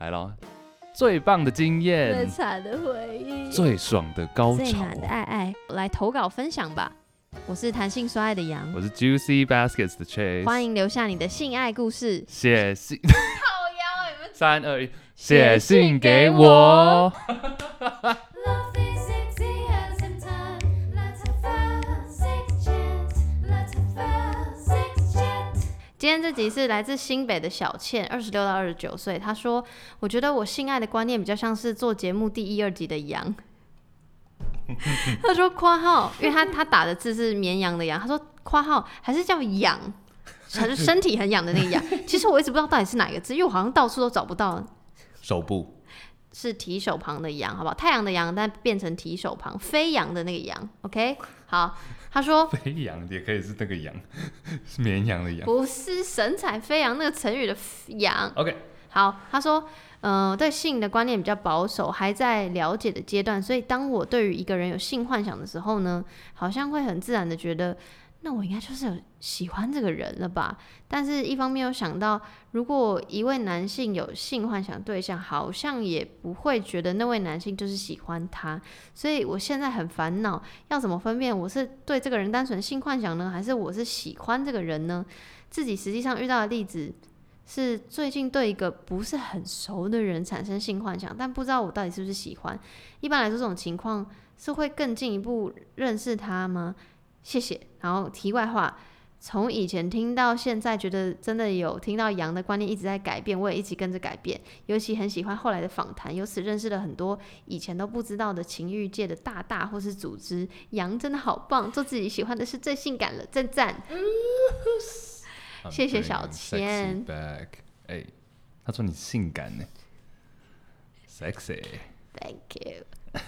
来咯，最棒的经验， 最惨的回忆， 最爽的高潮， 最难的爱爱，来投稿分享吧。我是弹性说爱的杨， 我是 Juicy Baskets 的 Chase， 欢迎留下你的性爱故事。 写信靠腰，你们 3、2、1，写信给我。 今天这集是来自新北的小倩，26到29岁。她说：“我觉得我性爱的观念比较像是做节目第1、2集的羊。”他说：“括号，因为他打的字是绵羊的羊，他说括号还是叫痒，身体很痒的那个痒。其实我一直不知道到底是哪个字，因为我好像到处都找不到。 手部是提手旁的羊，好不好？太阳的阳，但变成提手旁，飞扬的那个羊。OK， 好。”他说：“ 飞扬也可以是那个羊，是绵羊的羊， 不是神采飞扬那个成语的扬。” OK， 好，他说：“对性的观念比较保守，还在了解的阶段，所以当我对于一个人有性幻想的时候呢，好像会很自然的觉得，那我应该就是有喜欢这个人了吧？但是一方面又想到，如果一位男性有性幻想对象，好像也不会觉得那位男性就是喜欢他，所以我现在很烦恼，要怎么分辨我是对这个人单纯性幻想呢，还是我是喜欢这个人呢？自己实际上遇到的例子是最近对一个不是很熟的人产生性幻想，但不知道我到底是不是喜欢。一般来说，这种情况是会更进一步认识他吗？谢谢。然后题外话，从以前听到现在，觉得真的有听到羊的观念一直在改变，我也一起跟着改变。尤其很喜欢后来的访谈，由此认识了很多以前都不知道的情欲界的大或是组织。羊真的好棒，做自己喜欢的事最性感了，赞赞。谢谢小千。 哎，他说你性感呢 ，sexy。Thank you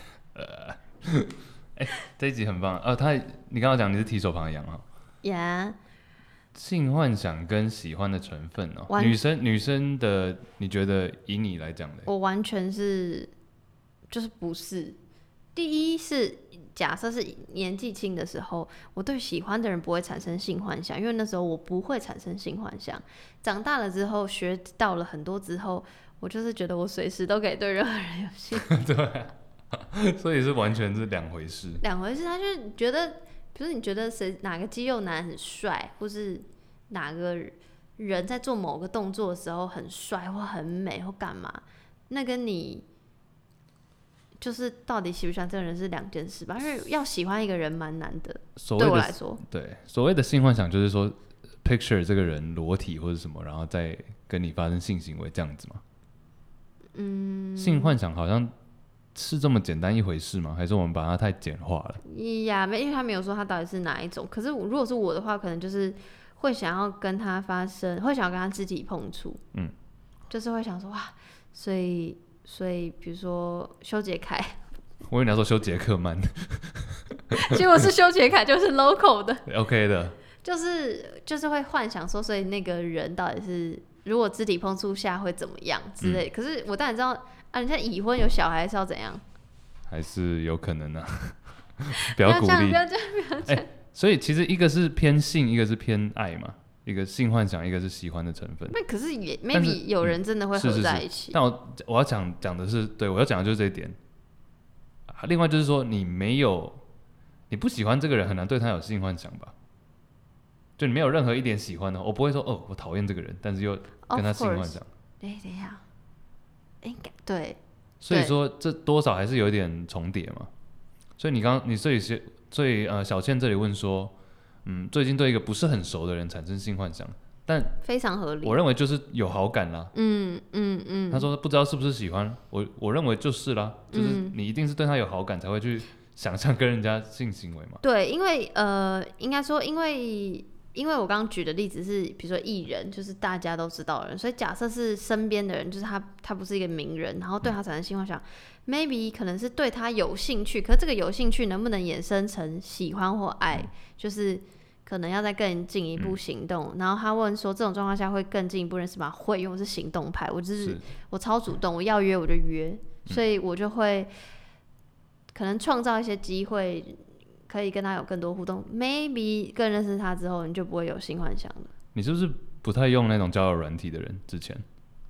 这一集很棒你刚刚讲你是提手旁的羊呀。 性幻想跟喜欢的成分女生的，你觉得以你来讲的， 我完全是就是不是。第一是假设是年纪轻的时候，我对喜欢的人不会产生性幻想，因为那时候我不会产生性幻想。长大了之后，学到了很多之后，我就是觉得我随时都可以对任何人有性。 对所以是完全是两回事。 他就是觉得，比如你觉得哪个肌肉男很帅，或是哪个人在做某个动作的时候很帅或很美或干嘛，那跟你就是到底喜不喜欢这个人是两件事吧。因为要喜欢一个人蛮难的，对我来说。 对，所谓的性幻想就是说 picture 这个人裸体或者什么，然后再跟你发生性行为这样子吗？性幻想好像是这么简单一回事吗？还是我们把它太简化了？ 呀，因为他没有说他到底是哪一种。可是如果是我的话，可能就是会想要跟他发生，会想要跟他肢体碰触，就是会想说哇，所以比如说修杰楷， 我以为你要说修杰克曼， 结果是修杰楷，就是 local 的 ，OK 的， 就是会幻想说，所以那个人到底是如果肢体碰触下会怎么样之类。可是我当然知道。人家已婚有小孩是要怎样？还是有可能啊，不要鼓励， 不要这样。 所以其实一个是偏性，一个是偏爱嘛，一个性幻想，一个是喜欢的成分。 那可是也 maybe 有人真的会合在一起。 但我要讲的是，对我要讲的就是这一点。另外就是说，你不喜欢这个人，很难对他有性幻想吧？就你没有任何一点喜欢的，我不会说我讨厌这个人，但是又跟他性幻想。 等一下。应该对， 所以说这多少还是有一点重叠嘛。所以小倩这里问说，最近对一个不是很熟的人产生性幻想，但非常合理。 我认为就是有好感啦。他说不知道是不是喜欢，我认为就是啦，就是你一定是对他有好感才会去想象跟人家性行为嘛。 对，因为应该说因为我刚刚举的例子是，比如说艺人，就是大家都知道的人，所以假设是身边的人，就是他不是一个名人，然后对他产生性幻想，maybe 可能是对他有兴趣，可是这个有兴趣能不能衍生成喜欢或爱，就是可能要再更进一步行动。然后他问说，这种状况下会更进一步认识吗？会，因为我是行动派，我超主动，我要约我就约，所以我就会可能创造一些机会。可以跟他有更多互动 ，maybe 更认识他之后，你就不会有性幻想了。 你是不是不太用那种交友软体的人？之前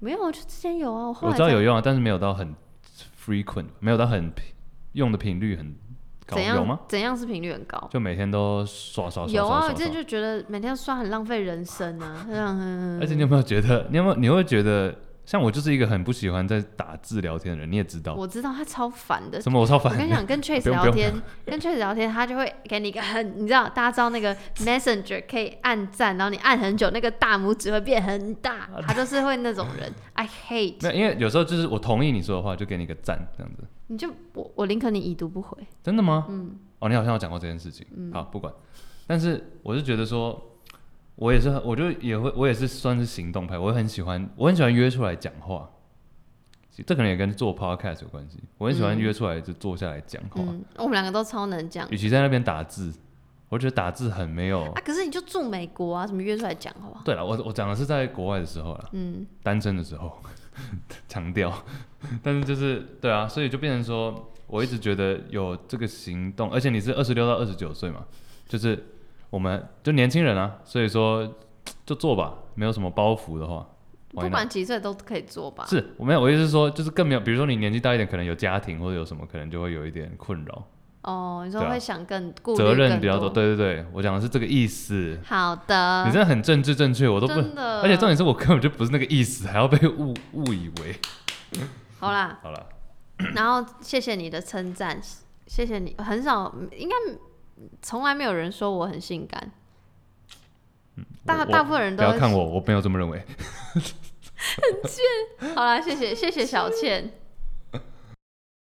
没有，就之前有啊，我后我来知道有用啊，但是没有到很 frequent， 没有到很用的频率很高，有吗？ 怎样是频率很高？ 就每天都刷刷刷有啊， 刷刷我之前就觉得每天刷很浪费人生啊。 而且你有没有觉得，你会觉得，像我就是一个很不喜欢在打字聊天的人，你也知道。 我知道他超烦的。 什么？我超烦。 我跟你讲，跟 Trace 聊天，跟 Trace 聊天，他就会给你一个你知道，大家知道那个 Messenger 可以按赞，然后你按很久，那个大拇指会变很大，他就是会那种人。I hate。 没有，因为有时候就是我同意你说的话，就给你一个赞这样子。 你就我宁可你已读不回。 真的吗？哦，你好像有讲过这件事情。好，不管。但是我是觉得说。我也是，我也是算是行动派，我很喜欢约出来讲话，这可能也跟做 podcast 有关系。我很喜欢约出来就坐下来讲话。 我们两个都超能讲。 与其在那边打字，我觉得打字很没有。 可是你就住美国啊，怎么约出来讲话？ 对了，我讲的是在国外的时候啦，单身的时候，强调。但是就是对啊，所以就变成说，我一直觉得有这个行动，而且你是26到29岁嘛，就是。我们就年轻人啊，所以说就做吧，没有什么包袱的话， 不管几岁都可以做吧。 是，我没有，我意思是说，就是更没有，比如说你年纪大一点，可能有家庭或者有什么，可能就会有一点困扰。 哦，你说会想顾虑责任比较多，对对对，我讲的是这个意思。 好的， 你真的很政治正确，我都不， 真的， 而且重点是我根本就不是那个意思，还要被误以为。 好啦， 好啦， 然后谢谢你的称赞，谢谢你，很少，应该。从来没有人说我很性感，大部分人都不要看我没有这么认为。 很贱。好啦，谢谢小倩。